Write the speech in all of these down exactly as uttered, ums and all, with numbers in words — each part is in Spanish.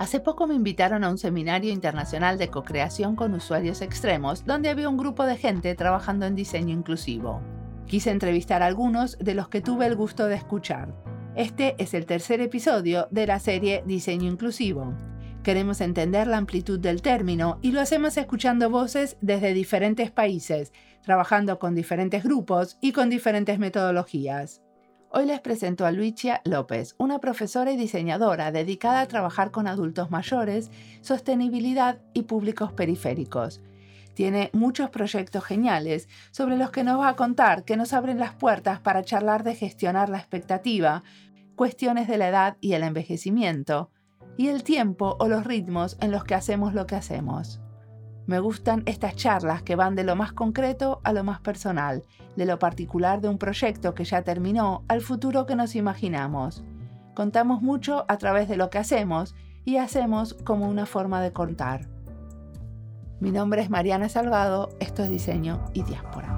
Hace poco me invitaron a un seminario internacional de co-creación con usuarios extremos, donde había un grupo de gente trabajando en diseño inclusivo. Quise entrevistar a algunos de los que tuve el gusto de escuchar. Este es el tercer episodio de la serie Diseño Inclusivo. Queremos entender la amplitud del término y lo hacemos escuchando voces desde diferentes países, trabajando con diferentes grupos y con diferentes metodologías. Hoy les presento a Luigia López, una profesora y diseñadora dedicada a trabajar con adultos mayores, sostenibilidad y públicos periféricos. Tiene muchos proyectos geniales sobre los que nos va a contar, que nos abren las puertas para charlar de gestionar la expectativa, cuestiones de la edad y el envejecimiento, y el tiempo o los ritmos en los que hacemos lo que hacemos. Me gustan estas charlas que van de lo más concreto a lo más personal, de lo particular de un proyecto que ya terminó al futuro que nos imaginamos. Contamos mucho a través de lo que hacemos y hacemos como una forma de contar. Mi nombre es Mariana Salgado, esto es Diseño y Diáspora.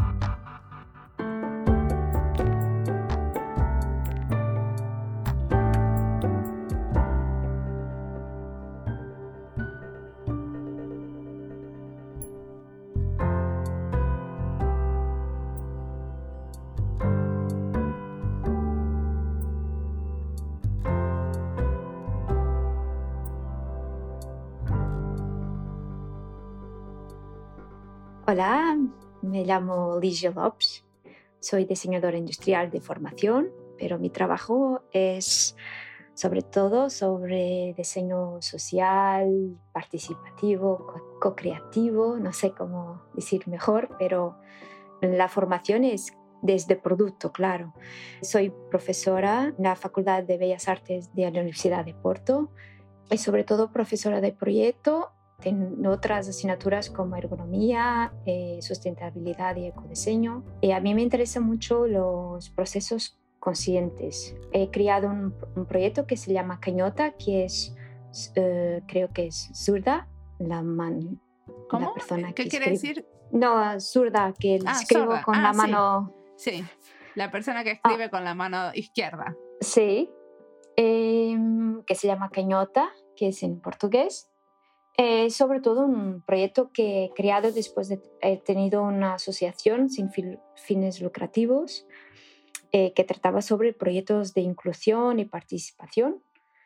Hola, me llamo Luigia Lopes, soy diseñadora industrial de formación, pero mi trabajo es sobre todo sobre diseño social, participativo, co-creativo, no sé cómo decir mejor, pero la formación es desde producto, claro. Soy profesora en la Facultad de Bellas Artes de la Universidad de Porto y sobre todo profesora de proyecto. Tengo otras asignaturas como ergonomía, eh, sustentabilidad y ecodiseño. Y a mí me interesan mucho los procesos conscientes. He creado un, un proyecto que se llama Cañota, que es, eh, creo que es zurda, la, man, ¿Cómo? la persona ¿Qué que quiere escribe. decir? No, zurda, que Ah, escribo sorda. con Ah, la sí. mano... Sí, la persona que escribe ah, con la mano izquierda. Sí, eh, que se llama Cañota, que es en portugués. Eh, sobre todo un proyecto que he creado después de haber tenido una asociación sin fin, fines lucrativos eh, que trataba sobre proyectos de inclusión y participación.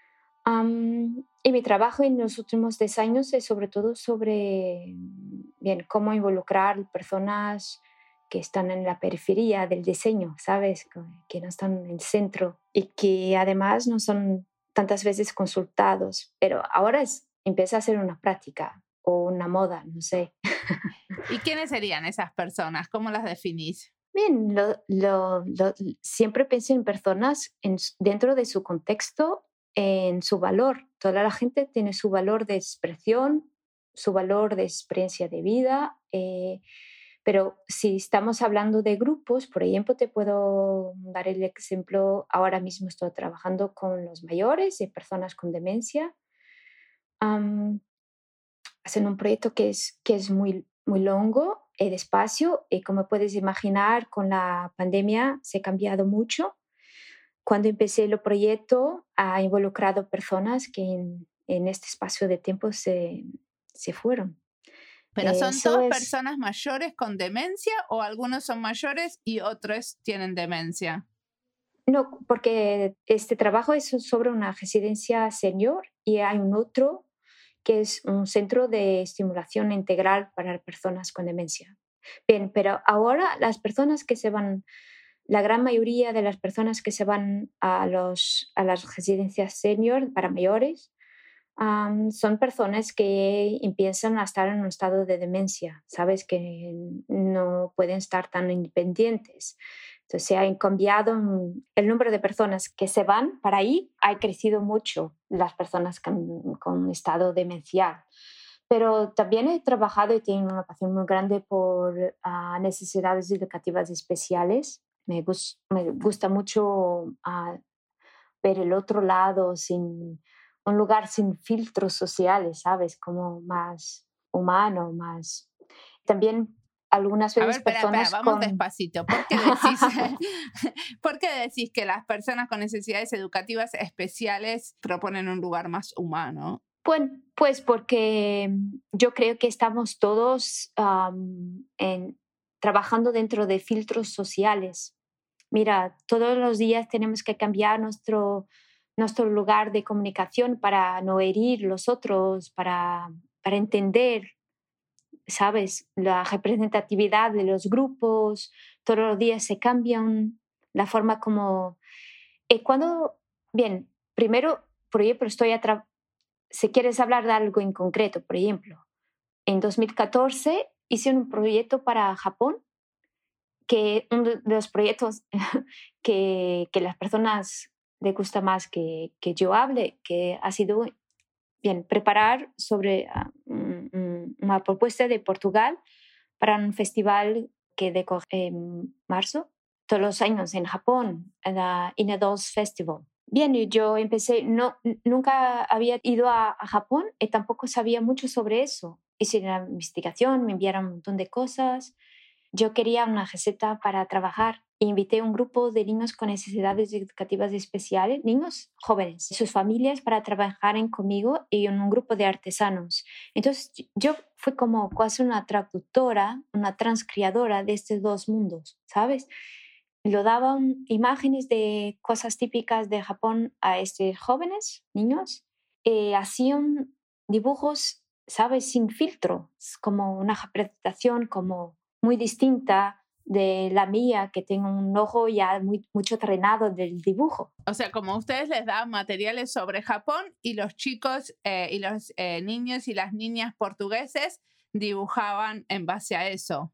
Um, y mi trabajo en los últimos diez años es sobre todo sobre bien, cómo involucrar personas que están en la periferia del diseño, ¿sabes? Que no están en el centro y que además no son tantas veces consultados, pero ahora es, empieza a ser una práctica o una moda, no sé. ¿Y quiénes serían esas personas? ¿Cómo las definís? Bien, lo, lo, lo, siempre pienso en personas en, dentro de su contexto, en su valor. Toda la gente tiene su valor de expresión, su valor de experiencia de vida, eh, pero si estamos hablando de grupos, por ejemplo, te puedo dar el ejemplo, ahora mismo estoy trabajando con los mayores y personas con demencia. Um, hacen un proyecto que es, que es muy, muy largo y despacio y como puedes imaginar con la pandemia se ha cambiado mucho. Cuando empecé el proyecto ha involucrado personas que en, en este espacio de tiempo se, se fueron. ¿Pero son Eso todas es, personas mayores con demencia o algunos son mayores y otros tienen demencia? no, porque este trabajo es sobre una residencia senior y hay un otro que es un centro de estimulación integral para personas con demencia. Bien, pero ahora las personas que se van, la gran mayoría de las personas que se van a, los, a las residencias senior para mayores um, son personas que empiezan a estar en un estado de demencia, ¿sabes? Que no pueden estar tan independientes. Entonces se ha cambiado el número de personas que se van para ahí, ha crecido mucho las personas con, con estado demencial. Pero también he trabajado y tengo una pasión muy grande por uh, necesidades educativas especiales. Me, gus- me gusta mucho uh, ver el otro lado, sin un lugar sin filtros sociales, ¿sabes? Como más humano, más... También algunas A ver, veces espera, espera, personas vamos con... despacito. ¿Por qué decís, ¿por qué decís que las personas con necesidades educativas especiales proponen un lugar más humano? Pues, pues porque yo creo que estamos todos am, en- trabajando dentro de filtros sociales. Mira, todos los días tenemos que cambiar nuestro, nuestro lugar de comunicación para no herir los otros, para, para entender, ¿sabes? La representatividad de los grupos, todos los días se cambian, la forma como... eh, cuando, bien, primero, por ejemplo, estoy a tra- si quieres hablar de algo en concreto, por ejemplo, en dos mil catorce hice un proyecto para Japón, que uno de los proyectos que, que las personas les gusta más que, que yo hable, que ha sido bien preparar sobre ah, un- un- una propuesta de Portugal para un festival que decorre en marzo, todos los años en Japón, la Inados Festival. Bien, y yo empecé, no, n- nunca había ido a, a Japón y tampoco sabía mucho sobre eso. Hice una investigación, me enviaron un montón de cosas. Yo quería una receta para trabajar. Invité a un grupo de niños con necesidades educativas especiales, niños jóvenes, sus familias, para trabajar en conmigo y en un grupo de artesanos. Entonces yo fui como casi una traductora, una transcriadora de estos dos mundos, ¿sabes? Lo daban imágenes de cosas típicas de Japón a estos jóvenes, niños, y hacían dibujos, ¿sabes? Sin filtro, como una representación como muy distinta de la mía, que tengo un ojo ya muy, mucho entrenado del dibujo. O sea, como ustedes les daban materiales sobre Japón y los chicos eh, y los eh, niños y las niñas portugueses dibujaban en base a eso.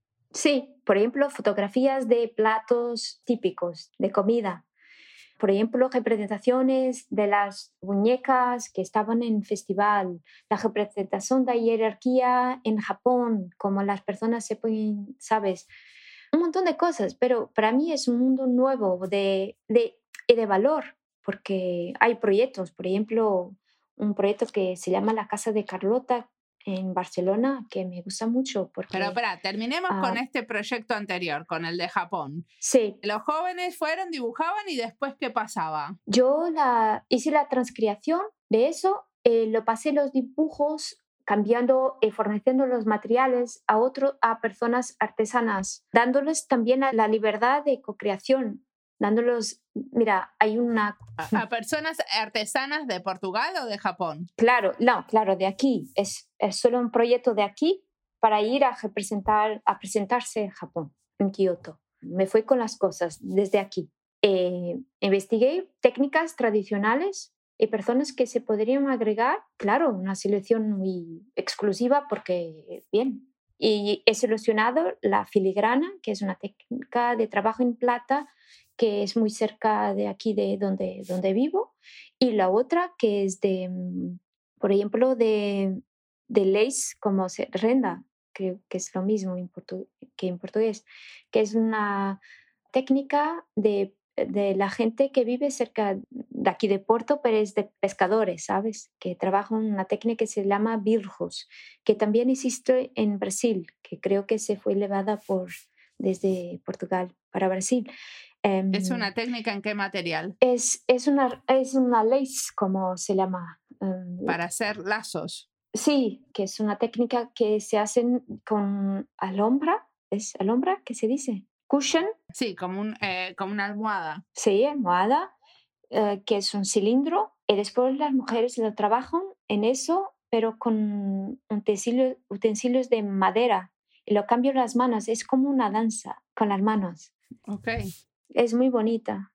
Sí, por ejemplo, fotografías de platos típicos de comida. Por ejemplo, representaciones de las muñecas que estaban en festival, la representación de jerarquía en Japón, como las personas se pueden, ¿sabes? Un montón de cosas, pero para mí es un mundo nuevo de, de, y de valor, porque hay proyectos, por ejemplo, un proyecto que se llama La Casa de Carlota en Barcelona, que me gusta mucho Pero porque... espera, terminemos con ah, este proyecto anterior, con el de Japón. sí, Los jóvenes fueron, dibujaban y después, ¿qué pasaba? yo la, hice la transcriación de eso, eh, lo pasé los dibujos cambiando y forneciendo los materiales a otro, a personas artesanas, dándoles también la, la libertad de co-creación, dándolos, mira, hay una, ¿A, a personas artesanas de Portugal o de Japón? claro, no, claro, de aquí, es, es solo un proyecto de aquí para ir a representar, a presentarse en Japón, en Kioto. Me fui con las cosas desde aquí. Eh, investigué técnicas tradicionales y personas que se podrían agregar, claro, una selección muy exclusiva porque, bien, y he seleccionado la filigrana, que es una técnica de trabajo en plata que es muy cerca de aquí, de donde, donde vivo, y la otra que es de, mm, por ejemplo, de, de lace, como se, renda, creo que es lo mismo en portu- que en portugués, que es una técnica de, de la gente que vive cerca de aquí de Porto, pero es de pescadores, ¿sabes? Que trabajan una técnica que se llama birros, que también existe en Brasil, que creo que se fue elevada por, desde Portugal para Brasil. ¿Es Em, una técnica en qué material? es, es, una, es una lace, como se llama. em, Para hacer lazos. sí, que es una técnica que se hacen con alhombra, ¿es alhombra que se dice? Cushion, Sí, como, un, eh, como una almohada. sí, almohada, eh, que es un cilindro, y después las mujeres lo trabajan en eso, pero con utensilios, utensilios de madera, y lo cambian las manos, es como una danza con las manos, Ok. es muy bonita.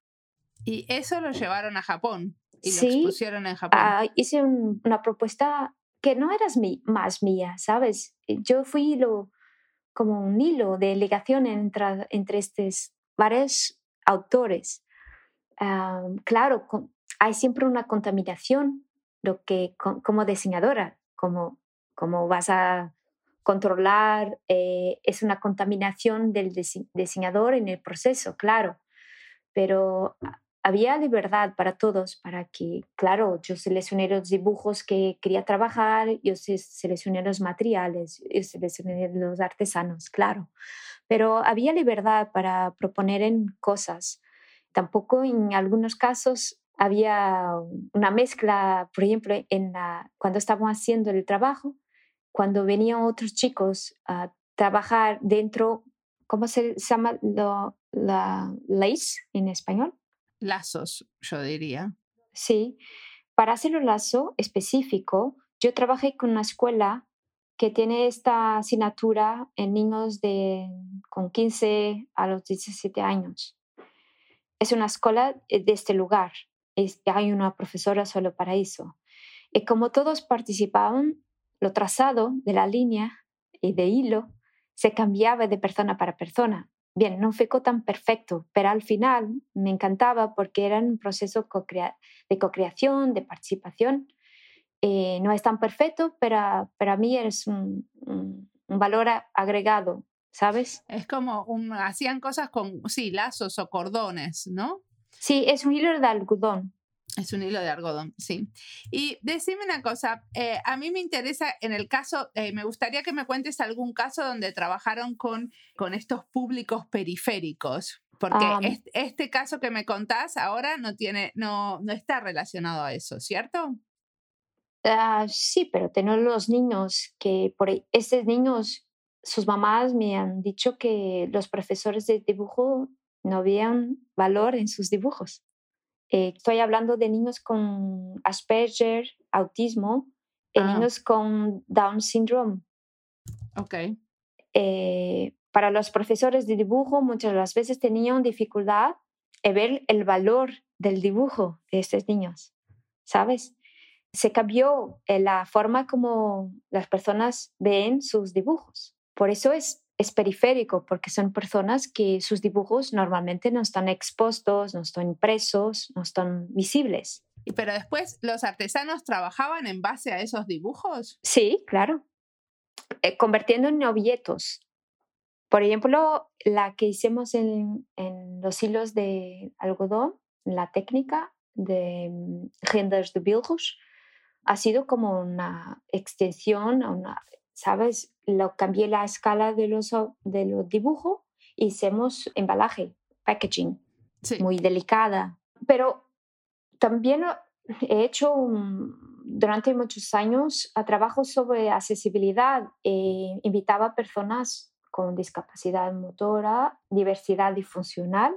Y eso lo llevaron a Japón y lo Sí, expusieron en Japón. ah, hice un- una propuesta que no era mi, más mía, ¿sabes? Yo fui lo, como un hilo de ligación entre, entre estos varios autores. Ah, claro, con- hay siempre una contaminación, lo que co- como diseñadora, como, como vas a controlar, eh, es una contaminación del dise- diseñador en el proceso, claro, pero había libertad para todos, para que, claro, yo seleccioné los dibujos que quería trabajar, yo se- seleccioné los materiales, yo seleccioné los artesanos, claro, pero había libertad para proponer en cosas. Tampoco en algunos casos había una mezcla, por ejemplo, en la, cuando estábamos haciendo el trabajo, cuando venían otros chicos a trabajar dentro, ¿cómo se llama lo, la lace en español? Lazos, yo diría. Sí, para hacer un lazo específico, yo trabajé con una escuela que tiene esta asignatura en niños de con quince a los diecisiete años. Es una escuela eh, de este lugar. Es- hay una profesora solo para eso. Y como todos participaban, lo trazado de la línea y de hilo se cambiaba de persona para persona. Bien, no fue tan perfecto, pero al final me encantaba porque era un proceso co-crea- de co-creación, de participación. Eh, no es tan perfecto, pero para mí es un, un- un valor a- agregado, ¿sabes? Es como un, hacían cosas con, sí, lazos o cordones, ¿no? Sí, es un hilo de algodón. Es un hilo de algodón, sí. Y decime una cosa, eh, a mí me interesa en el caso, eh, me gustaría que me cuentes algún caso donde trabajaron con, con estos públicos periféricos, porque Am, este, este caso que me contás ahora no tiene, no, no está relacionado a eso, ¿cierto? Ah, sí, pero tengo los niños que por ahí- estos niños, sus mamás me han dicho que los profesores de dibujo no veían valor en sus dibujos. Eh, estoy hablando de niños con Asperger, autismo, y Ah, niños con Down syndrome. ok. Eh, para los profesores de dibujo muchas de las veces tenían dificultad en ver el valor del dibujo de estos niños, ¿sabes? Se cambió eh, la forma como las personas ven sus dibujos. Por eso es, es periférico, porque son personas que sus dibujos normalmente no están expuestos, no están impresos, no están visibles. Y pero después los artesanos trabajaban en base a esos dibujos. Sí, claro, eh, convirtiendo en objetos. Por ejemplo, la que hicimos en, en los hilos de algodón, la técnica de mm, renders de bilros, ha sido como una extensión, a una, ¿sabes? Lo cambié la escala de los, o- de los dibujos y hicimos embalaje, packaging, Sí. muy delicada. Pero también he hecho un- durante muchos años a trabajo sobre accesibilidad. Eh, invitaba a personas con discapacidad motora, diversidad y funcional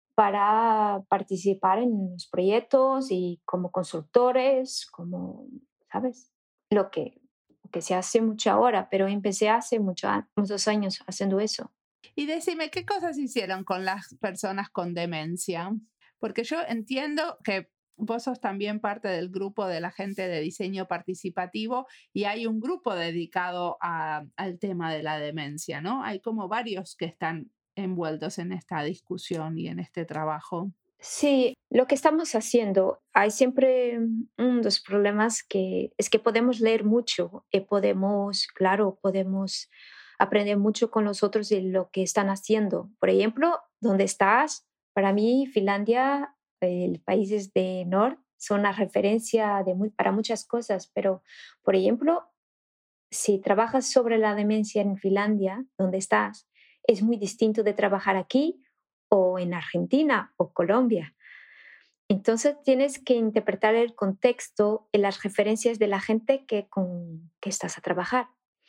para participar en los proyectos y como consultores, como, ¿sabes? Lo que, lo que se hace mucho ahora, pero empecé hace mucho a- muchos años haciendo eso. Y decime, ¿qué cosas hicieron con las personas con demencia? Porque yo entiendo que vos sos también parte del grupo de la gente de diseño participativo y hay un grupo dedicado a- al tema de la demencia, ¿no? Hay como varios que están envueltos en esta discusión y en este trabajo. Sí, lo que estamos haciendo, hay siempre uno de los problemas que es que podemos leer mucho y podemos, claro, podemos aprender mucho con los otros de lo que están haciendo. Por ejemplo, ¿dónde estás? Para mí, Finlandia, el países de Nord, son una referencia de mu- para muchas cosas, pero, por ejemplo, si trabajas sobre la demencia en Finlandia, donde estás, es muy distinto de trabajar aquí o en Argentina o Colombia. Entonces tienes que interpretar el contexto y las referencias de la gente que, con que estás a trabajar.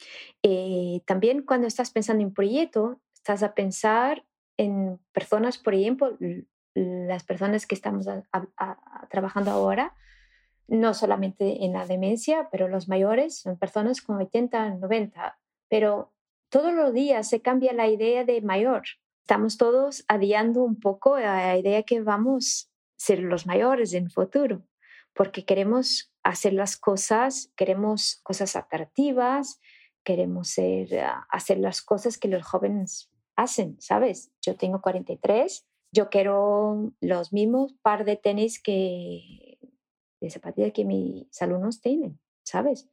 Eh, también cuando estás pensando en proyecto, estás a pensar en personas, por ejemplo, l- las personas que estamos a- a- a- trabajando ahora, no solamente en la demencia, pero los mayores son personas con ochenta, noventa, pero todos los días se cambia la idea de mayor. Estamos todos adiando un poco a la idea que vamos a ser los mayores en el futuro, porque queremos hacer las cosas, queremos cosas atractivas, queremos ser, ah, hacer las cosas que los jóvenes hacen, ¿sabes? Yo tengo cuarenta y tres, yo quiero los mismos par de tenis que de zapatillas que mis alumnos tienen, ¿sabes?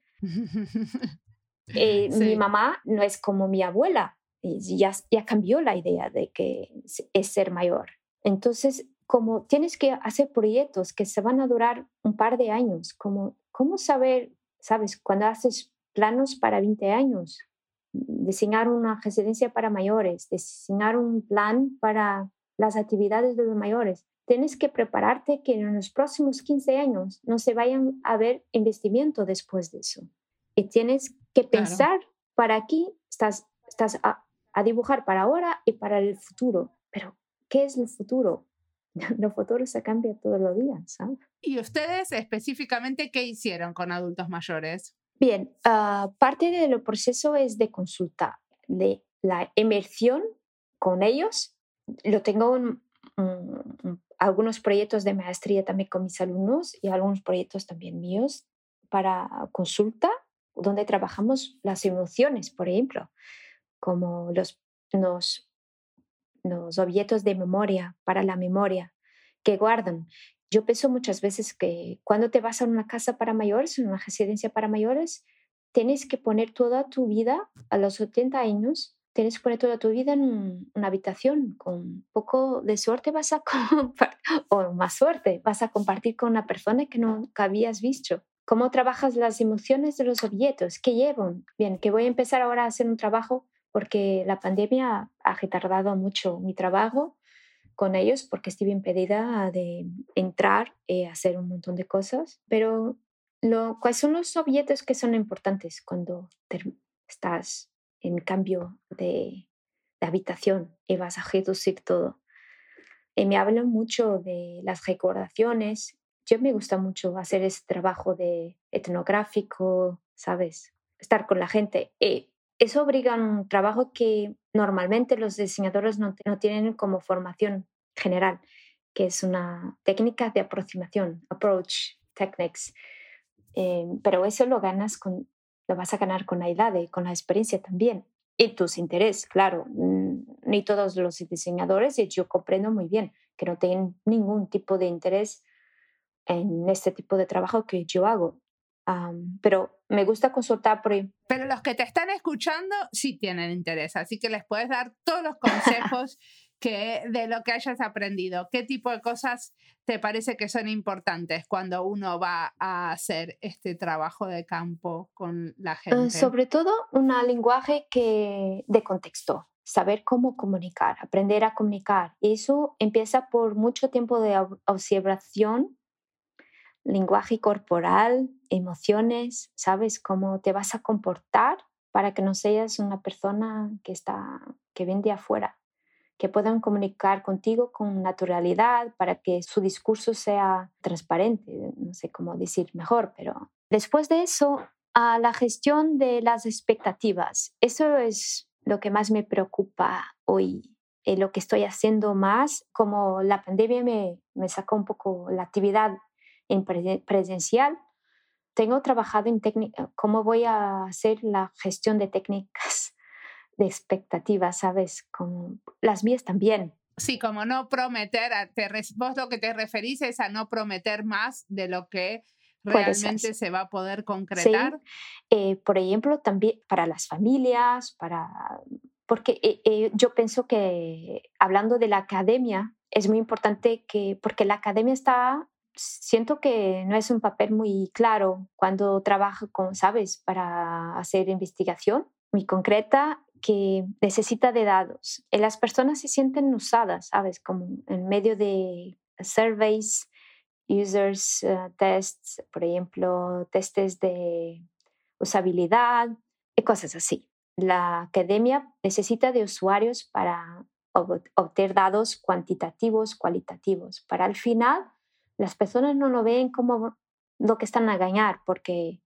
Eh, mi Sí. mamá no es como mi abuela, y ya, ya cambió la idea de que es, es ser mayor. Entonces, como tienes que hacer proyectos que se van a durar un par de años, como cómo saber, sabes, cuando haces planos para veinte años, diseñar una residencia para mayores, diseñar un plan para las actividades de los mayores. Tienes que prepararte que en los próximos quince años no se vayan a ver investimiento después de eso. Y tienes que pensar Claro. para aquí, estás, estás a, a dibujar para ahora y para el futuro. Pero, ¿qué es el futuro? El futuro se cambia todos los días, ¿sabes? ¿Y ustedes específicamente qué hicieron con adultos mayores? Bien, uh, parte del proceso es de consulta, de la inmersión con ellos. Lo tengo en, mm, mm, algunos proyectos de maestría también con mis alumnos y algunos proyectos también míos para consulta, donde trabajamos las emociones, por ejemplo, como los, los, los objetos de memoria para la memoria que guardan. Yo pienso muchas veces que cuando te vas a una casa para mayores, en una residencia para mayores, tienes que poner toda tu vida a los setenta años, tienes que poner toda tu vida en un- una habitación. Con un poco de suerte vas a compartir, o más suerte, vas a compartir con una persona que nunca habías visto. ¿Cómo trabajas las emociones de los objetos? ¿Qué llevan? Bien, que voy a empezar ahora a hacer un trabajo porque la pandemia ha retardado mucho mi trabajo con ellos porque estuve impedida de entrar y hacer un montón de cosas. Pero lo, ¿cuáles son los objetos que son importantes cuando ter- estás en cambio de, de habitación y vas a reducir todo? Y me hablan mucho de las recordaciones. Yo me gusta mucho hacer ese trabajo de etnográfico, ¿sabes? Estar con la gente. Y eso obliga a un trabajo que normalmente los diseñadores no, no tienen como formación general, que es una técnica de aproximación, approach techniques. Eh, pero eso lo ganas con, lo vas a ganar con la edad y con la experiencia también. Y tus intereses, claro. mm, Ni todos los diseñadores, y yo comprendo muy bien que no tienen ningún tipo de interés en este tipo de trabajo que yo hago. Am, pero me gusta consultar por ahí. Pero los que te están escuchando sí tienen interés, así que les puedes dar todos los consejos que, de lo que hayas aprendido. ¿Qué tipo de cosas te parece que son importantes cuando uno va a hacer este trabajo de campo con la Eh, gente? sobre todo un lenguaje que, de contexto, saber cómo comunicar, aprender a comunicar. Y eso empieza por mucho tiempo de ob- observación, lenguaje corporal, emociones, sabes cómo te vas a comportar para que no seas una persona que está que viene de afuera, que puedan comunicar contigo con naturalidad para que su discurso sea transparente, no sé cómo decir mejor, pero después de eso, a la gestión de las expectativas. Eso es lo que más me preocupa hoy. Eh, lo que estoy haciendo más, como la pandemia me, me sacó un poco la actividad en pre- presencial, tengo trabajado en técnica, cómo voy a hacer la gestión de técnicas de expectativas, ¿sabes? Como las mías también. Sí, como no prometer, a- te res- vos lo que te referís es a no prometer más de lo que Puede ser, realmente se va a poder sí. concretar. Eh, por ejemplo, también para las familias, para... porque eh, eh, yo pienso que hablando de la academia, es muy importante que, porque la academia está, siento que no es un papel muy claro cuando trabaja con, ¿sabes?, para hacer investigación muy concreta que necesita de datos. Y las personas se sienten usadas, ¿sabes?, como en medio de surveys, users uh, tests, por ejemplo, testes de usabilidad y cosas así. La academia necesita de usuarios para ob- obtener datos cuantitativos, cualitativos, para al final las personas no lo ven como lo que están a ganar, porque,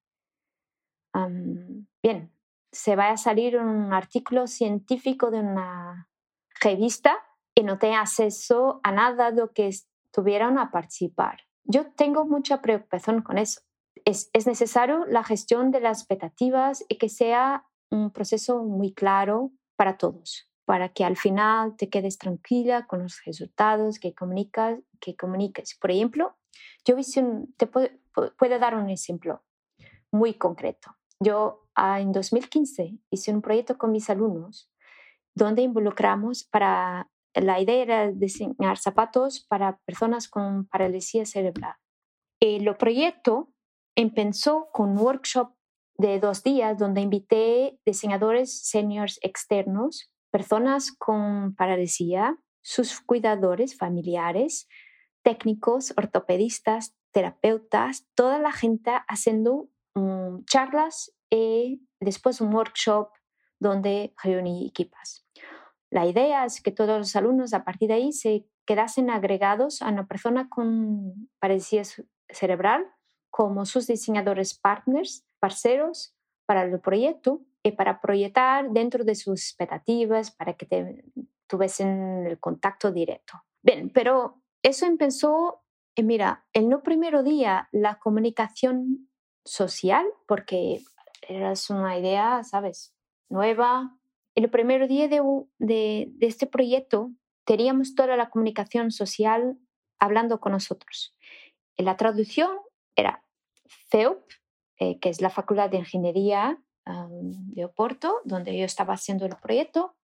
am, bien, se va a salir un artículo científico de una revista y no tenga acceso a nada de lo que estuvieran a participar. Yo tengo mucha preocupación con eso. Es, es necesario la gestión de las expectativas y que sea un proceso muy claro para todos, para que al final te quedes tranquila con los resultados que comunicas. Que comuniques. Por ejemplo, yo hice un- te puedo, puedo dar un ejemplo muy concreto. Yo ah, en dos mil quince hice un proyecto con mis alumnos donde involucramos para la idea era diseñar zapatos para personas con parálisis cerebral. El proyecto empezó con un workshop de dos días donde invité diseñadores seniors externos, personas con parálisis, sus cuidadores familiares, técnicos, ortopedistas, terapeutas, toda la gente haciendo um, charlas y después un workshop donde reuní equipas. La idea es que todos los alumnos a partir de ahí se quedasen agregados a una persona con parálisis cerebral como sus diseñadores partners, parceros para el proyecto y para proyectar dentro de sus expectativas para que te, tuviesen el contacto directo. Bien, pero eso empezó, eh, mira, en el primer día la comunicación social, porque era una idea, ¿sabes?, nueva. En el primer día de, de, de este proyecto teníamos toda la comunicación social hablando con nosotros. En la traducción era F E U P, eh, que es la Facultad de Ingeniería um, de Oporto, donde yo estaba haciendo el proyecto,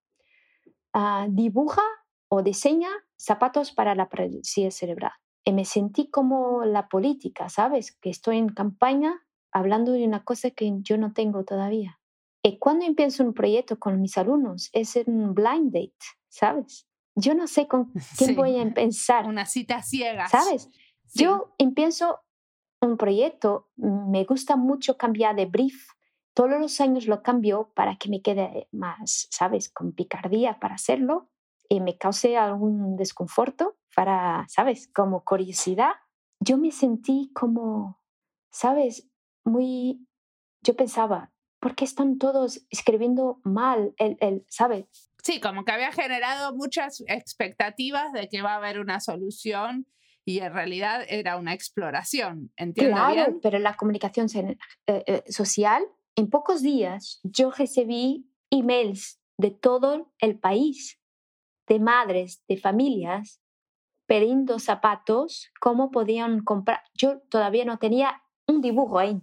uh, dibuja o diseña zapatos para la parálisis cerebral. Y me sentí como la política, ¿sabes? Que estoy en campaña hablando de una cosa que yo no tengo todavía. Y cuando empiezo un proyecto con mis alumnos, es un blind date, ¿sabes? Yo no sé con quién sí, voy a empezar. Una cita ciega. ¿Sabes? Sí. Yo empiezo un proyecto, me gusta mucho cambiar de brief. Todos los años lo cambio para que me quede más, ¿sabes?, con picardía para hacerlo y me cause algún desconforto para, ¿sabes?, como curiosidad. Yo me sentí como, ¿sabes?, muy... Yo pensaba, ¿por qué están todos escribiendo mal? El, el, ¿sabes? Sí, como que había generado muchas expectativas de que va a haber una solución y en realidad era una exploración. ¿Entiendo claro, bien? Pero la comunicación eh, eh, social, en pocos días yo recibí emails de todo el país, de madres, de familias, pidiendo zapatos, cómo podían comprar. Yo todavía no tenía un dibujo ahí.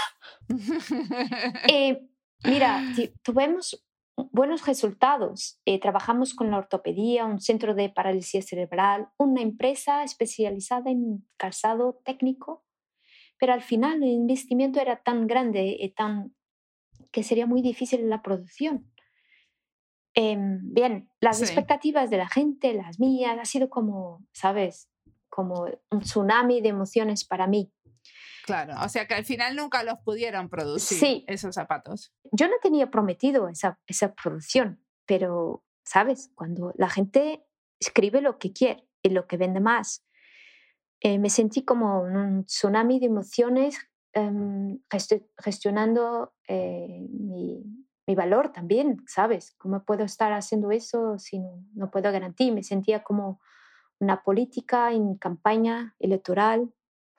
eh, mira, tuvimos buenos resultados. Eh, trabajamos con la ortopedia, un centro de parálisis cerebral, una empresa especializada en calzado técnico, pero al final el investimiento era tan grande y tan, que sería muy difícil la producción. Eh, bien, las Sí. expectativas de la gente, las mías, ha sido como, ¿sabes?, como un tsunami de emociones para mí. Claro, o sea que al final nunca los pudieron producir, sí. esos zapatos. Yo no tenía prometido esa, esa producción, pero, ¿sabes?, cuando la gente escribe lo que quiere y lo que vende más, eh, me sentí como un tsunami de emociones eh, gest- gestionando eh, mi, mi valor también, ¿sabes? ¿Cómo puedo estar haciendo eso si no, no puedo garantizar? Me sentía como una política en campaña electoral.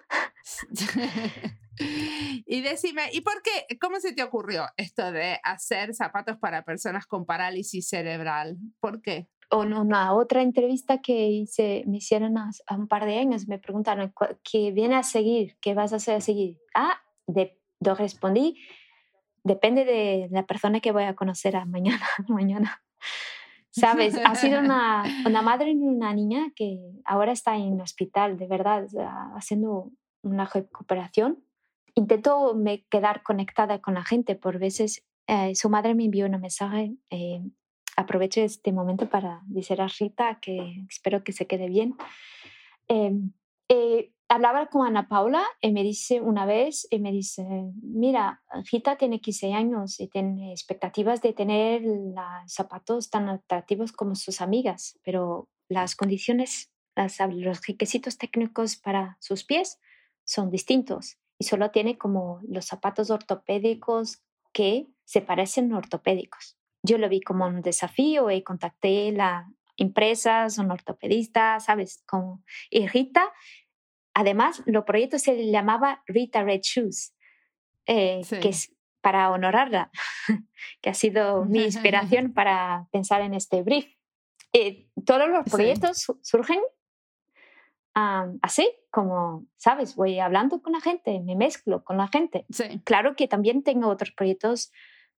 Y decime, ¿y por qué? ¿Cómo se te ocurrió esto de hacer zapatos para personas con parálisis cerebral? ¿Por qué? O en una otra entrevista que hice, me hicieron hace un par de años, me preguntaron qué viene a seguir, qué vas a hacer a seguir. Ah, de, yo respondí, depende de la persona que voy a conocer a mañana. mañana. ¿Sabes? Ha sido una, una madre y una niña que ahora está en el hospital, de verdad, haciendo una recuperación. Intento me quedar conectada con la gente. Por veces eh, su madre me envió un mensaje. Eh, aprovecho este momento para decir a Rita que espero que se quede bien. Eh, eh, hablaba con Ana Paula y me dice una vez, y me dice, mira, Rita tiene quince años y tiene expectativas de tener los zapatos tan atractivos como sus amigas, pero las condiciones, las, los requisitos técnicos para sus pies son distintos y solo tiene como los zapatos ortopédicos que se parecen ortopédicos. Yo lo vi como un desafío y contacté la empresas, un ortopedista, ¿sabes? Como, y Rita, además, los proyectos se llamaba Rita Red Shoes, eh, sí. que es para honorarla, que ha sido mi inspiración para pensar en este brief. Eh, todos los proyectos sí. surgen um, así, como, ¿sabes? Voy hablando con la gente, me mezclo con la gente. Sí. Claro que también tengo otros proyectos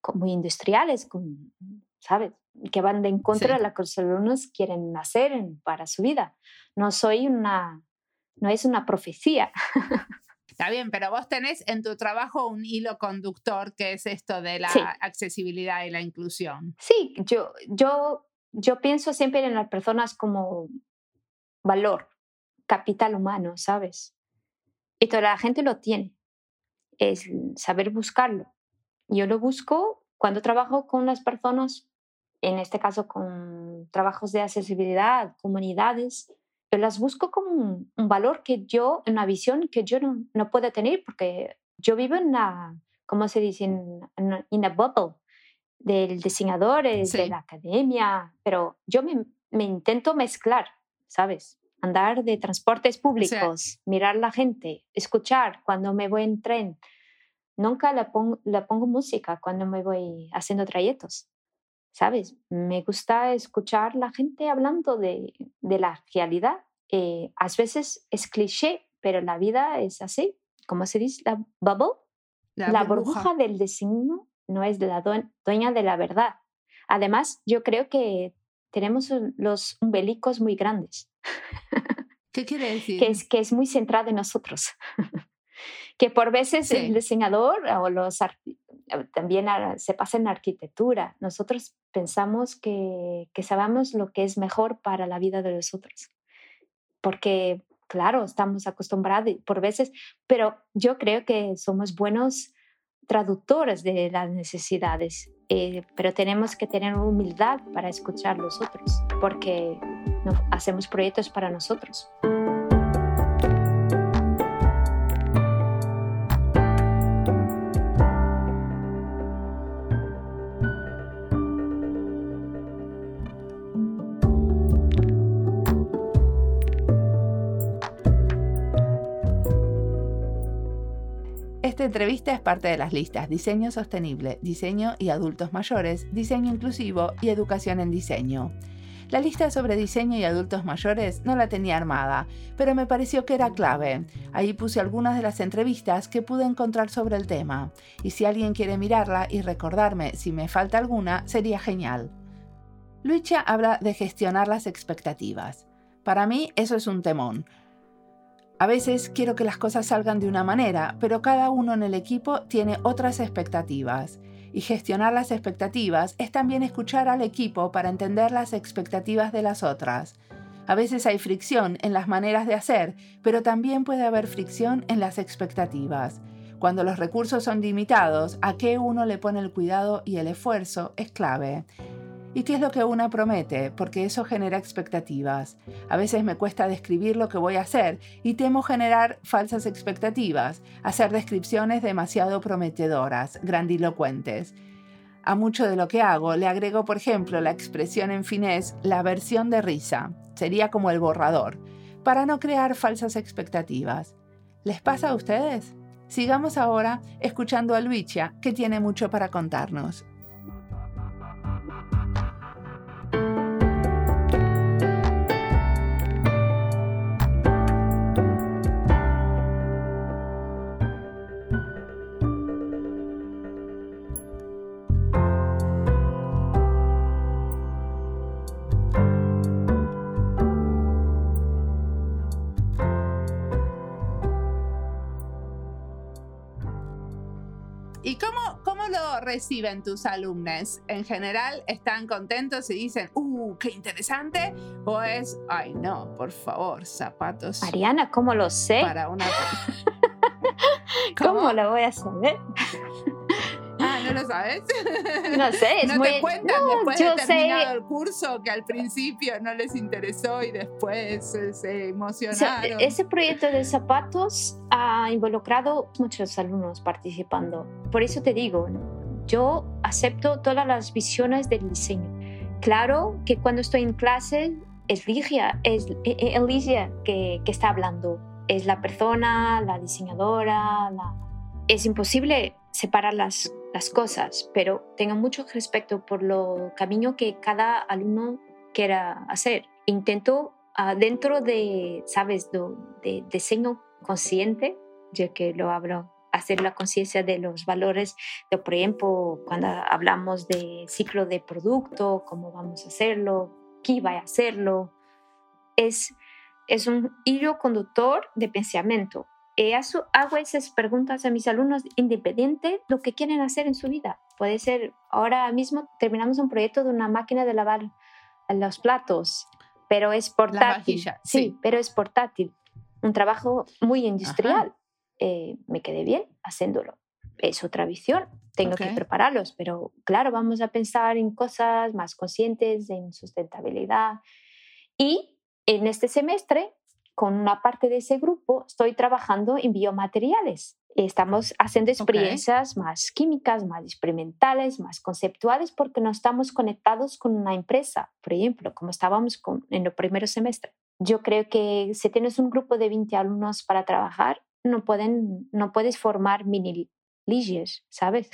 muy industriales, con, ¿sabes? Que van de en contra sí. de lo que los alumnos quieren hacer para su vida. No soy una, no es una profecía. Está bien, pero vos tenés en tu trabajo un hilo conductor que es esto de la sí. accesibilidad y la inclusión. Sí, yo, yo, yo pienso siempre en las personas como valor, capital humano, ¿sabes? Y toda la gente lo tiene. Es saber buscarlo. Yo lo busco cuando trabajo con las personas, en este caso con trabajos de accesibilidad, comunidades. Yo las busco como un, un valor que yo, una visión que yo no, no puedo tener porque yo vivo en una, ¿cómo se dice? En una bubble del diseñadores, sí. de la academia, pero yo me, me intento mezclar, ¿sabes? Andar de transportes públicos, sí. mirar la gente, escuchar cuando me voy en tren. Nunca le pongo, le pongo música cuando me voy haciendo trayectos, ¿sabes? Me gusta escuchar la gente hablando de, de la realidad. Eh, a veces es cliché, pero la vida es así. ¿Cómo se dice? La bubble. La, la burbuja. burbuja del diseño no es la dueña de la verdad. Además, yo creo que tenemos los umbilicos muy grandes. ¿Qué quiere decir? Que es, que es muy centrado en nosotros. Que por veces sí. el diseñador o los también se pasa en arquitectura. Nosotros pensamos que, que sabemos lo que es mejor para la vida de los otros. Porque, claro, estamos acostumbrados por veces, pero yo creo que somos buenos traductores de las necesidades, eh, pero tenemos que tener humildad para escuchar a los otros, porque no, hacemos proyectos para nosotros. Esta entrevista es parte de las listas Diseño Sostenible, Diseño y Adultos Mayores, Diseño Inclusivo y Educación en Diseño. La lista sobre diseño y adultos mayores no la tenía armada, pero me pareció que era clave. Ahí puse algunas de las entrevistas que pude encontrar sobre el tema, y si alguien quiere mirarla y recordarme si me falta alguna, sería genial. Luicha habla de gestionar las expectativas. Para mí eso es un temón. A veces quiero que las cosas salgan de una manera, pero cada uno en el equipo tiene otras expectativas. Y gestionar las expectativas es también escuchar al equipo para entender las expectativas de las otras. A veces hay fricción en las maneras de hacer, pero también puede haber fricción en las expectativas. Cuando los recursos son limitados, a qué uno le pone el cuidado y el esfuerzo es clave. ¿Y qué es lo que una promete? Porque eso genera expectativas. A veces me cuesta describir lo que voy a hacer y temo generar falsas expectativas, hacer descripciones demasiado prometedoras, grandilocuentes. A mucho de lo que hago le agrego, por ejemplo, la expresión en finés, la versión de risa. Sería como el borrador, para no crear falsas expectativas. ¿Les pasa a ustedes? Sigamos ahora escuchando a Luicha, que tiene mucho para contarnos. ¿Y cómo, cómo lo reciben tus alumnos? ¿En general están contentos y dicen, ¡uh, qué interesante! ¿O es, ay no, por favor, zapatos? Mariana, ¿cómo lo sé? Para una... ¿Cómo? ¿Cómo lo voy a saber? Ah, ¿no lo sabes? No sé, es ¿No muy... te cuentan no, después de terminado sé... el curso que al principio no les interesó y después se, se emocionaron? O sea, ese proyecto de zapatos ha involucrado muchos alumnos participando. Por eso te digo, yo acepto todas las visiones del diseño. Claro que cuando estoy en clase es Ligia, es Alicia que, que está hablando. Es la persona, la diseñadora, la... es imposible separar las, las cosas, pero tengo mucho respeto por lo camino que cada alumno quiera hacer. Intento uh, dentro de, ¿sabes?, de, de diseño consciente, ya que lo hablo hacer la conciencia de los valores, de, por ejemplo, cuando hablamos de ciclo de producto, cómo vamos a hacerlo, quién va a hacerlo. Es, es un hilo conductor de pensamiento. Y eso, hago esas preguntas a mis alumnos independiente de lo que quieren hacer en su vida. Puede ser, ahora mismo terminamos un proyecto de una máquina de lavar los platos, pero es portátil. Sí, sí, pero es portátil. Un trabajo muy industrial. Eh, me quedé bien haciéndolo. Es otra visión. Tengo okay. que prepararlos, pero claro, vamos a pensar en cosas más conscientes, en sustentabilidad. Y en este semestre, con una parte de ese grupo, estoy trabajando en biomateriales. Estamos haciendo experiencias okay. más químicas, más experimentales, más conceptuales, porque no estamos conectados con una empresa, por ejemplo, como estábamos con, en el primer semestre. Yo creo que si tienes un grupo de veinte alumnos para trabajar, no, pueden, no puedes formar mini ligies, ¿sabes?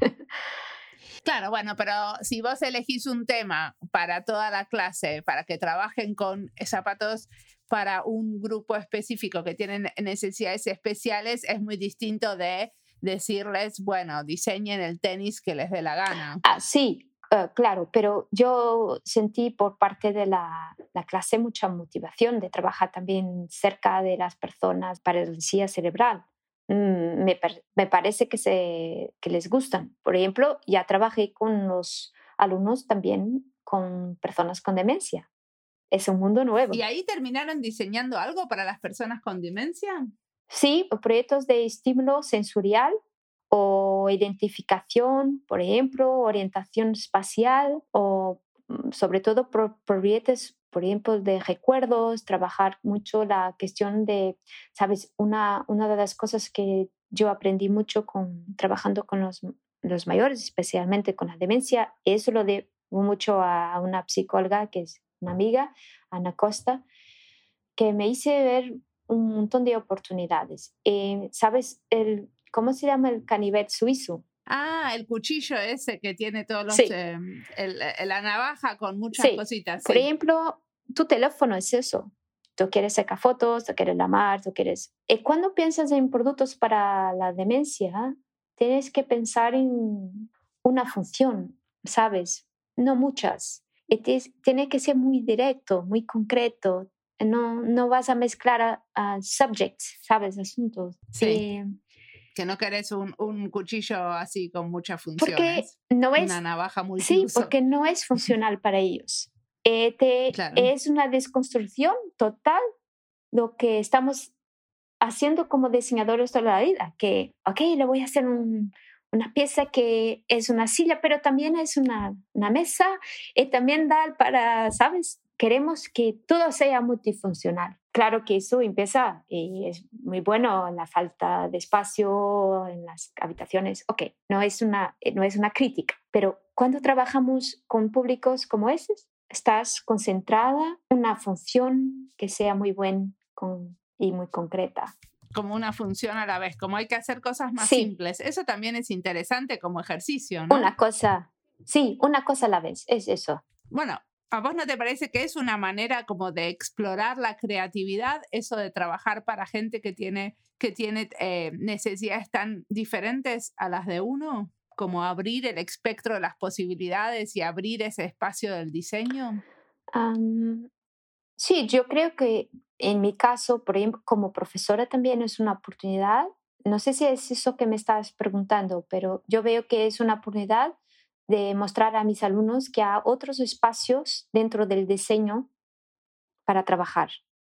Claro, bueno, pero si vos elegís un tema para toda la clase, para que trabajen con zapatos para un grupo específico que tienen necesidades especiales, es muy distinto de decirles, bueno, diseñen el tenis que les dé la gana. Ah, sí, uh, claro, pero yo sentí por parte de la, la clase mucha motivación de trabajar también cerca de las personas para la parálisis cerebral. Mm, me, me parece que, se, que les gustan. Por ejemplo, ya trabajé con los alumnos también con personas con demencia. Es un mundo nuevo. ¿Y ahí terminaron diseñando algo para las personas con demencia? Sí, proyectos de estímulo sensorial o identificación, por ejemplo, orientación espacial o sobre todo proyectos, por ejemplo, de recuerdos, trabajar mucho la cuestión de, ¿sabes? Una, una de las cosas que yo aprendí mucho con, trabajando con los, los mayores, especialmente con la demencia, eso lo debo mucho a una psicóloga que es una amiga, Ana Costa, que me hice ver un montón de oportunidades. Eh, ¿Sabes el, cómo se llama el canivet suizo? Ah, el cuchillo ese que tiene todos los... Sí. Eh, el, la navaja con muchas sí. cositas. Por sí. ejemplo, tu teléfono es eso. Tú quieres sacar fotos, tú quieres lamar, tú quieres... Y cuando piensas en productos para la demencia, tienes que pensar en una función, ¿sabes? No muchas. Y tiene que ser muy directo, muy concreto. No, no vas a mezclar a, a subjects, ¿sabes? Asuntos. Sí. Eh, que no querés un, un cuchillo así con muchas funciones. Porque no es... Una navaja multiuso. Sí, porque no es funcional para ellos. Eh, te, claro. Es una desconstrucción total lo que estamos haciendo como diseñadores toda la vida, que, ok, le voy a hacer un, una pieza que es una silla, pero también es una, una mesa y también da para, ¿sabes? Queremos que todo sea multifuncional. Claro que eso empieza y es muy bueno la falta de espacio en las habitaciones. Ok, no es una, no es una crítica, pero cuando trabajamos con públicos como esos, estás concentrada en una función que sea muy buena con, y muy concreta. Como una función a la vez, como hay que hacer cosas más sí. simples. Eso también es interesante como ejercicio, ¿no? Una cosa, sí, una cosa a la vez, es eso. Bueno, ¿a vos no te parece que es una manera como de explorar la creatividad, eso de trabajar para gente que tiene, que tiene eh, necesidades tan diferentes a las de uno? Como abrir el espectro de las posibilidades y abrir ese espacio del diseño. Um, sí, yo creo que en mi caso, por ejemplo, como profesora también es una oportunidad. No sé si es eso que me estás preguntando, pero yo veo que es una oportunidad de mostrar a mis alumnos que hay otros espacios dentro del diseño para trabajar.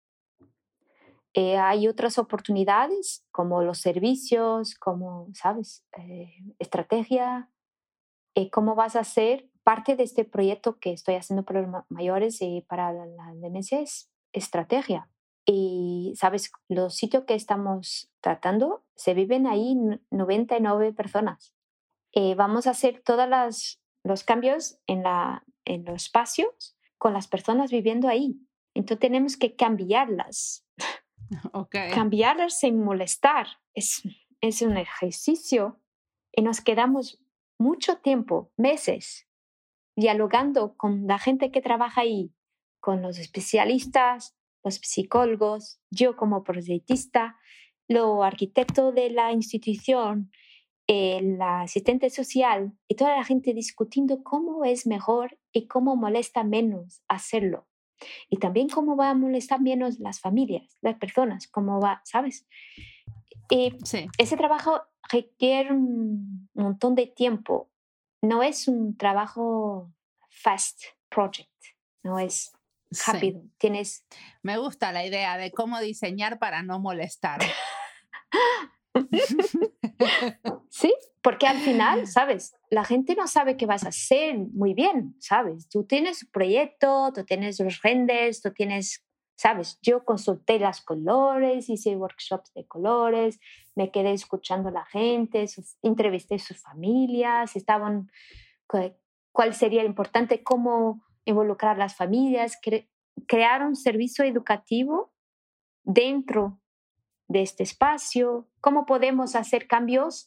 Eh, hay otras oportunidades como los servicios, como, ¿sabes? Eh, estrategia. Eh, ¿Cómo vas a hacer parte de este proyecto que estoy haciendo para los mayores y para la, la demencia? Es estrategia. Y, ¿sabes? Los sitios que estamos tratando, se viven ahí noventa y nueve personas. Eh, vamos a hacer todos los cambios en, la, en los espacios con las personas viviendo ahí. Entonces tenemos que cambiarlas. Okay. Cambiarlas sin molestar. Es, es un ejercicio y nos quedamos mucho tiempo, meses, dialogando con la gente que trabaja ahí, con los especialistas, los psicólogos, yo como proyectista, los arquitectos de la institución, el asistente social y toda la gente discutiendo cómo es mejor y cómo molesta menos hacerlo. Y también cómo va a molestar menos las familias, las personas, cómo va, ¿sabes? Y Sí. ese trabajo requiere un montón de tiempo. No es un trabajo fast project, no es rápido. Sí. Tienes... Me gusta la idea de cómo diseñar para no molestar. Sí, porque al final, ¿sabes? La gente no sabe qué vas a hacer muy bien, ¿sabes? Tú tienes un proyecto, tú tienes los renders, tú tienes, ¿sabes? Yo consulté los colores, hice workshops de colores, me quedé escuchando a la gente, sus, entrevisté a sus familias, estaban, cuál sería importante, cómo involucrar las familias, cre, crear un servicio educativo dentro de este espacio, cómo podemos hacer cambios,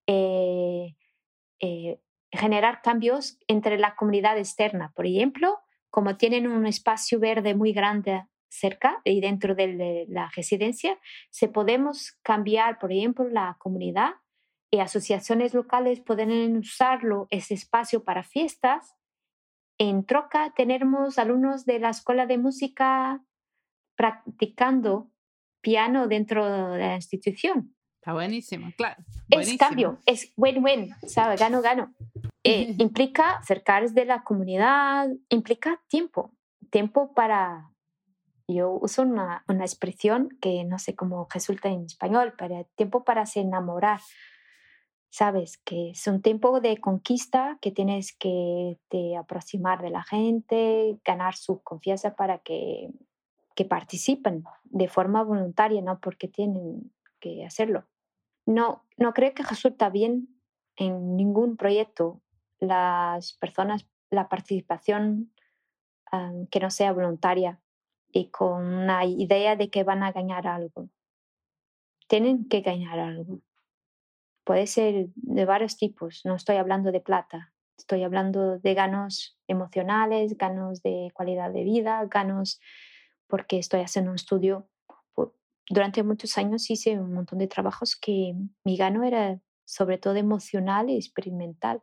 eh, eh, generar cambios entre la comunidad externa. Por ejemplo, como tienen un espacio verde muy grande cerca y dentro de la residencia, se podemos cambiar, por ejemplo, la comunidad y asociaciones locales pueden usarlo, ese espacio para fiestas. En Troca tenemos alumnos de la escuela de música practicando piano dentro de la institución. Está buenísimo, claro. Es Buenísimo. cambio, es win-win, ¿sabes? Gano, gano. Eh, implica acercarse de la comunidad, implica tiempo, tiempo para... Yo uso una, una expresión que no sé cómo resulta en español, pero tiempo para se enamorar, ¿sabes? Que es un tiempo de conquista que tienes que te aproximar de la gente, ganar su confianza para que, que participen de forma voluntaria, no porque tienen que hacerlo. No, no creo que resulta bien en ningún proyecto las personas, la participación um, que no sea voluntaria y con una idea de que van a ganar algo. Tienen que ganar algo. Puede ser de varios tipos, no estoy hablando de plata, estoy hablando de ganos emocionales, ganos de calidad de vida, ganos porque estoy haciendo un estudio. Durante muchos años hice un montón de trabajos que mi gano era sobre todo emocional y experimental.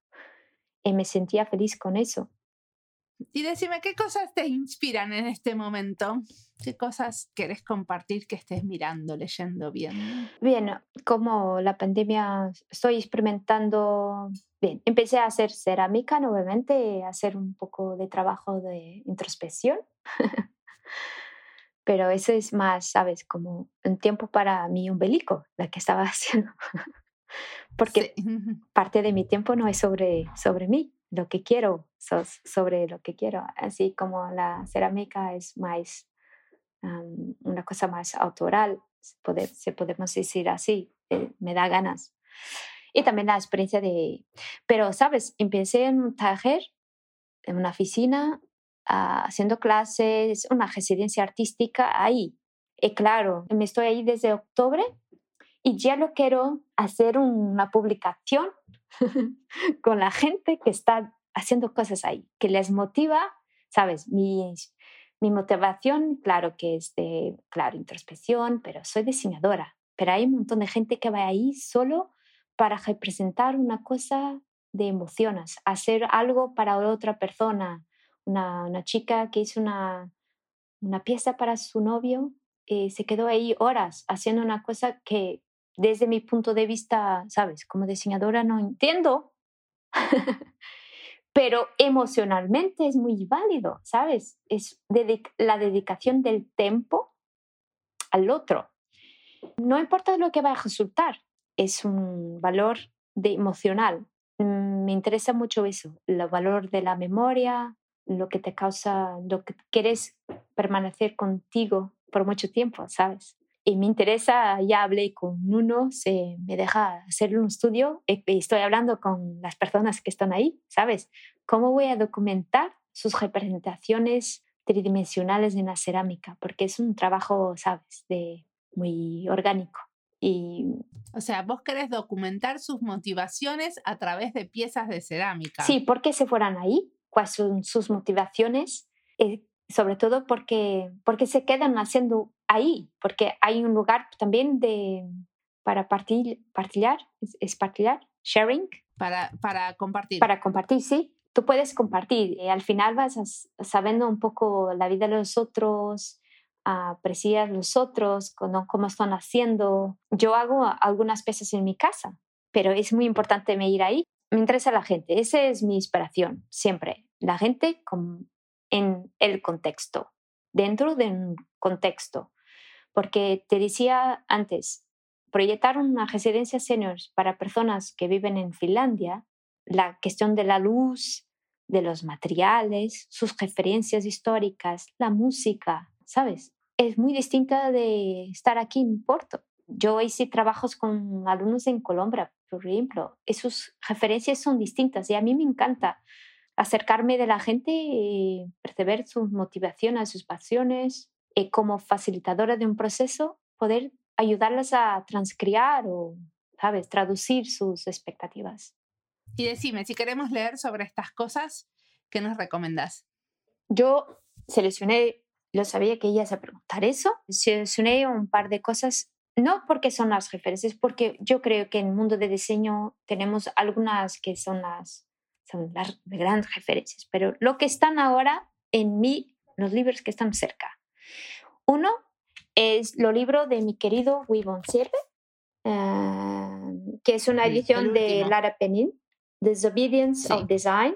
Y me sentía feliz con eso. Y decime, ¿qué cosas te inspiran en este momento? ¿Qué cosas querés compartir que estés mirando, leyendo, viendo? Bien, como la pandemia estoy experimentando, bien, empecé a hacer cerámica nuevamente, a hacer un poco de trabajo de introspección. Pero eso es más, ¿sabes? Como un tiempo para mi umbilico, la que estaba haciendo. Porque Sí. parte de mi tiempo no es sobre, sobre mí, lo que quiero, so, sobre lo que quiero. Así como la cerámica es más um, una cosa más autoral, si, poder, si podemos decir así, eh, me da ganas. Y también la experiencia de... Pero, ¿sabes? Empecé en un taller, en una oficina, uh, haciendo clases, una residencia artística ahí. Y claro, me estoy ahí desde octubre y ya lo quiero hacer una publicación con la gente que está haciendo cosas ahí, que les motiva, ¿sabes? Mi, mi motivación, claro que es de, claro, introspección, pero soy diseñadora, pero hay un montón de gente que va ahí solo para representar una cosa de emociones, hacer algo para otra persona. Una, una chica que hizo una, una pieza para su novio y se quedó ahí horas haciendo una cosa que desde mi punto de vista, ¿sabes? Como diseñadora no entiendo, pero emocionalmente es muy válido, ¿sabes? Es dedic- la dedicación del tiempo al otro. No importa lo que va a resultar, es un valor de emocional. Mm, Me interesa mucho eso, el valor de la memoria, lo que te causa, lo que quieres permanecer contigo por mucho tiempo, ¿sabes? Y me interesa, ya hablé con uno, se me deja hacer un estudio y estoy hablando con las personas que están ahí, ¿sabes? ¿Cómo voy a documentar sus representaciones tridimensionales en la cerámica? Porque es un trabajo, ¿sabes? De muy orgánico. Y, o sea, vos querés documentar sus motivaciones a través de piezas de cerámica. Sí, ¿por qué se fueran ahí? ¿Cuáles son sus motivaciones? Eh, sobre todo porque, porque se quedan haciendo ahí, porque hay un lugar también de, para partir, partillar, es, es partillar, sharing. Para, para compartir. Para compartir, sí. Tú puedes compartir y al final vas a, sabiendo un poco la vida de los otros, apreciar los otros, cómo, cómo están haciendo. Yo hago algunas piezas en mi casa, pero es muy importante me ir ahí. Me interesa la gente, esa es mi inspiración, siempre. La gente con, en el contexto, dentro de un contexto. Porque te decía antes, proyectar una residencia senior para personas que viven en Finlandia, la cuestión de la luz, de los materiales, sus referencias históricas, la música, ¿sabes? Es muy distinta de estar aquí en Porto. Yo hice trabajos con alumnos en Colombia, por ejemplo. Esas referencias son distintas y a mí me encanta acercarme de la gente y perceber sus motivaciones, sus pasiones, y como facilitadora de un proceso, poder ayudarlas a transcriar o, ¿sabes?, traducir sus expectativas. Y decime, si queremos leer sobre estas cosas, ¿qué nos recomendás? Yo seleccioné, lo sabía que ibas a preguntar eso, seleccioné un par de cosas, no porque son las referencias, porque yo creo que en el mundo de diseño tenemos algunas que son las, son las grandes referencias, pero lo que están ahora en mí, los libros que están cerca. Uno es los libros de mi querido Guy Bonserve, uh, que es una edición de Lara Penin, Disobedience sí. of Design,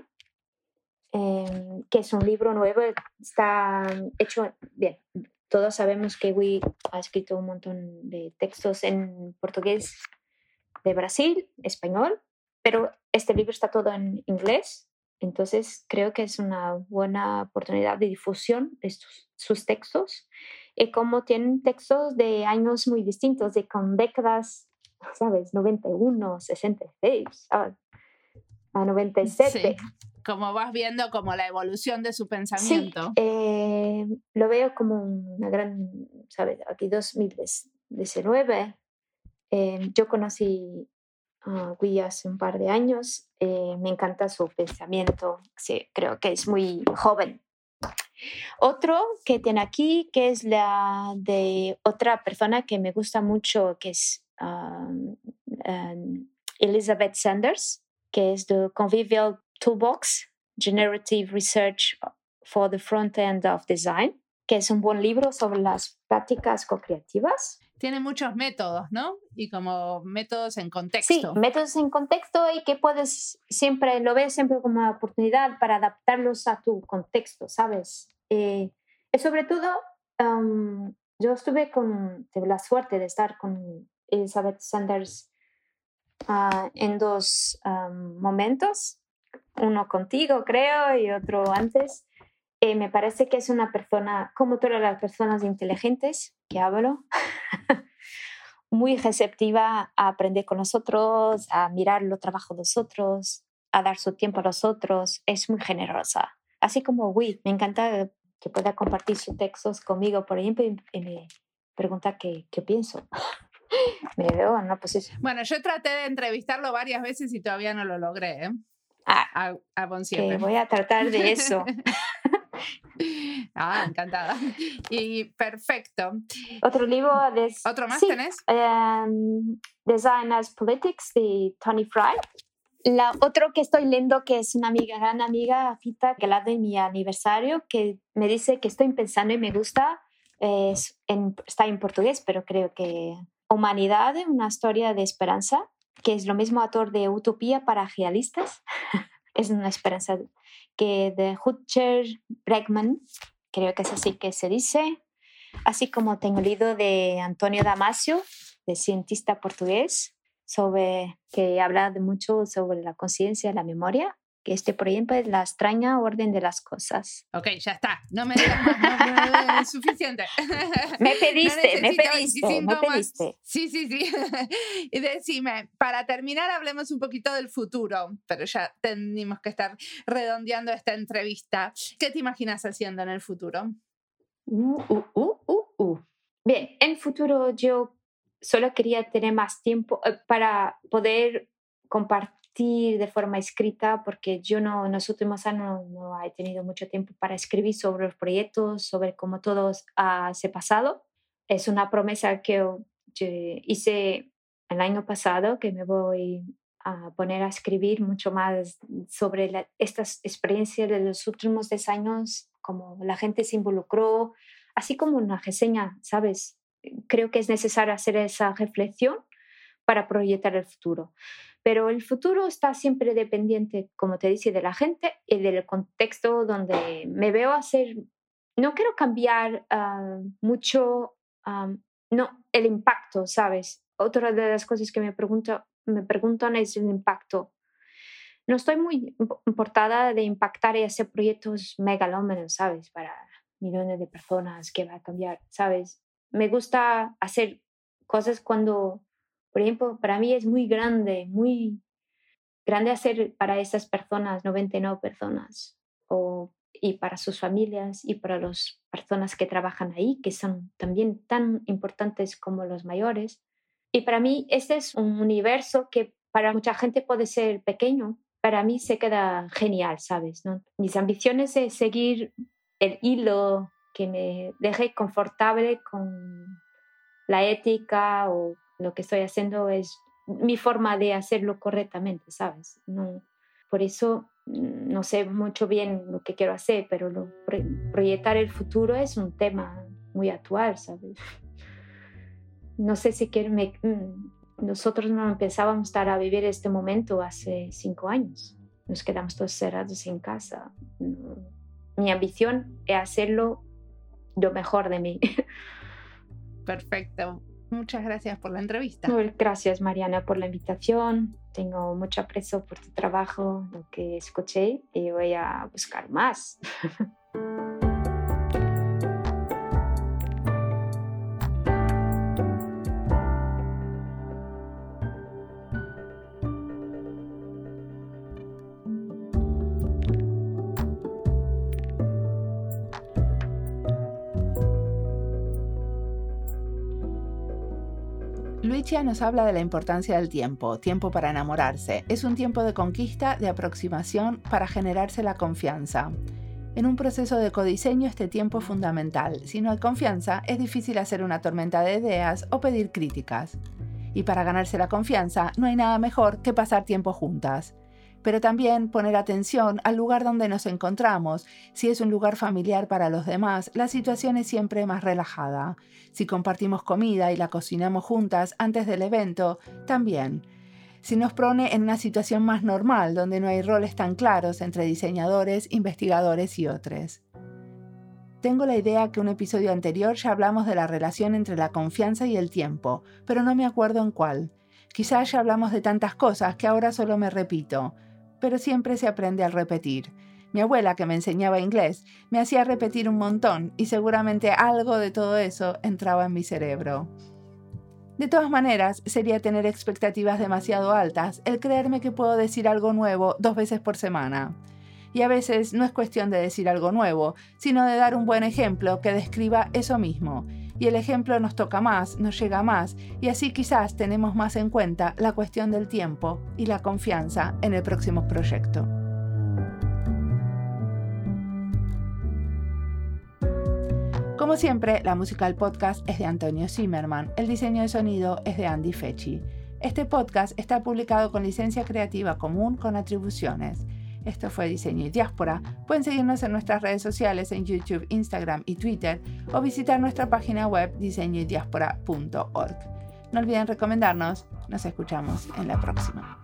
um, que es un libro nuevo, está hecho bien. Todos sabemos que Guy ha escrito un montón de textos en portugués de Brasil, español, pero este libro está todo en inglés, entonces creo que es una buena oportunidad de difusión de estos, sus textos. Y como tienen textos de años muy distintos, de con décadas, ¿sabes? noventa y uno, sesenta y seis, ¿sabes? A noventa y siete. Sí, como vas viendo como la evolución de su pensamiento. Sí, eh, lo veo como una gran, ¿sabes? Aquí dos mil diecinueve, eh, yo conocí a Guy hace un par de años, eh, me encanta su pensamiento, sí, creo que es muy joven. Otro que tiene aquí, que es la de otra persona que me gusta mucho, que es um, um, Elizabeth Sanders, que es The Convivial Toolbox, Generative Research for the Front End of Design, que es un buen libro sobre las prácticas co-creativas. Tiene muchos métodos, ¿no? Y como métodos en contexto. Sí, métodos en contexto y que puedes siempre, lo ves siempre como una oportunidad para adaptarlos a tu contexto, ¿sabes? Eh, y sobre todo, um, yo estuve con, tuve la suerte de estar con Elizabeth Sanders uh, en dos um, momentos, uno contigo creo y otro antes. Eh, me parece que es una persona, como todas las personas inteligentes que hablo, muy receptiva a aprender con nosotros, a mirar los trabajos de los otros, a dar su tiempo a los otros. Es muy generosa. Así como Guy, me encanta que pueda compartir sus textos conmigo, por ejemplo, y, y me pregunta qué, qué pienso. Me veo en una posición. Bueno, yo traté de entrevistarlo varias veces y todavía no lo logré, ¿eh? Ah, a, a Bonserve. Que voy a tratar de eso. Ah, encantada. Y perfecto. Otro libro de... ¿Otro más sí, tenés? Um, Design as Politics de Tony Fry. La otro que estoy leyendo, que es una amiga, gran amiga, Fita, que la de mi aniversario, que me dice que estoy pensando y me gusta, es en, está en portugués, pero creo que Humanidad, una historia de esperanza, que es lo mismo autor de Utopía para realistas. Es una esperanza que de Rutger Bregman, creo que es así que se dice, así como tengo leído de Antonio Damasio, de cientista portugués, sobre, que habla de mucho sobre la conciencia y la memoria, que este, por ejemplo, es la extraña orden de las cosas. Ok, ya está, no me digas más, no, no, no, es suficiente. Me pediste, no me pediste, me pediste. Más. Sí, sí, sí. Y decime, para terminar hablemos un poquito del futuro, pero ya tenemos que estar redondeando esta entrevista. ¿Qué te imaginas haciendo en el futuro? Uh, uh, uh, uh, uh. Bien, en el futuro yo solo quería tener más tiempo eh, para poder compartir de forma escrita, porque yo no, en los últimos años no he tenido mucho tiempo para escribir sobre los proyectos, sobre cómo todo uh, se ha pasado. es una promesa que yo, yo hice el año pasado, que me voy a poner a escribir mucho más sobre la, estas experiencias de los últimos diez años, cómo la gente se involucró, así como una reseña, ¿sabes? Creo que es necesario hacer esa reflexión para proyectar el futuro. Pero el futuro está siempre dependiente, como te dice, de la gente y del contexto donde me veo hacer. No quiero cambiar uh, mucho um, no, el impacto, ¿sabes? Otra de las cosas que me, pregunto, me preguntan es el impacto. No estoy muy importada de impactar y hacer proyectos megalómanos, ¿sabes? Para millones de personas que va a cambiar, ¿sabes? Me gusta hacer cosas cuando, por ejemplo, para mí es muy grande, muy grande hacer para esas personas, noventa y nueve personas, o, y para sus familias y para las personas que trabajan ahí, que son también tan importantes como los mayores. Y para mí este es un universo que para mucha gente puede ser pequeño. Para mí se queda genial, ¿sabes? ¿No? Mis ambiciones es seguir el hilo que me deje confortable con la ética o lo que estoy haciendo es mi forma de hacerlo correctamente, ¿sabes? No, por eso no sé mucho bien lo que quiero hacer, pero lo, proyectar el futuro es un tema muy actual, ¿sabes? No sé si quiero, me, nosotros no empezábamos a vivir este momento hace cinco años. Nos quedamos todos cerrados en casa. Mi ambición es hacerlo lo mejor de mí. Perfecto. Muchas gracias por la entrevista. Gracias, Mariana, por la invitación. Tengo mucho aprecio por tu trabajo, lo que escuché, y voy a buscar más. Luigia nos habla de la importancia del tiempo, tiempo para enamorarse. Es un tiempo de conquista, de aproximación, para generarse la confianza. En un proceso de codiseño este tiempo es fundamental. Si no hay confianza, es difícil hacer una tormenta de ideas o pedir críticas. Y para ganarse la confianza, no hay nada mejor que pasar tiempo juntas. Pero también poner atención al lugar donde nos encontramos. Si es un lugar familiar para los demás, la situación es siempre más relajada. Si compartimos comida y la cocinamos juntas antes del evento, también. Si nos pone en una situación más normal, donde no hay roles tan claros entre diseñadores, investigadores y otros. Tengo la idea que un episodio anterior ya hablamos de la relación entre la confianza y el tiempo, pero no me acuerdo en cuál. Quizás ya hablamos de tantas cosas que ahora solo me repito. Pero siempre se aprende al repetir. Mi abuela, que me enseñaba inglés, me hacía repetir un montón y seguramente algo de todo eso entraba en mi cerebro. De todas maneras, sería tener expectativas demasiado altas el creerme que puedo decir algo nuevo dos veces por semana. Y a veces no es cuestión de decir algo nuevo, sino de dar un buen ejemplo que describa eso mismo. Y el ejemplo nos toca más, nos llega más, y así quizás tenemos más en cuenta la cuestión del tiempo y la confianza en el próximo proyecto. Como siempre, la música del podcast es de Antonio Zimmerman, el diseño de sonido es de Andy Fechi. Este podcast está publicado con licencia creativa común con atribuciones. Esto fue Diseño y Diáspora. Pueden seguirnos en nuestras redes sociales en YouTube, Instagram y Twitter o visitar nuestra página web diseño y diáspora punto org. No olviden recomendarnos. Nos escuchamos en la próxima.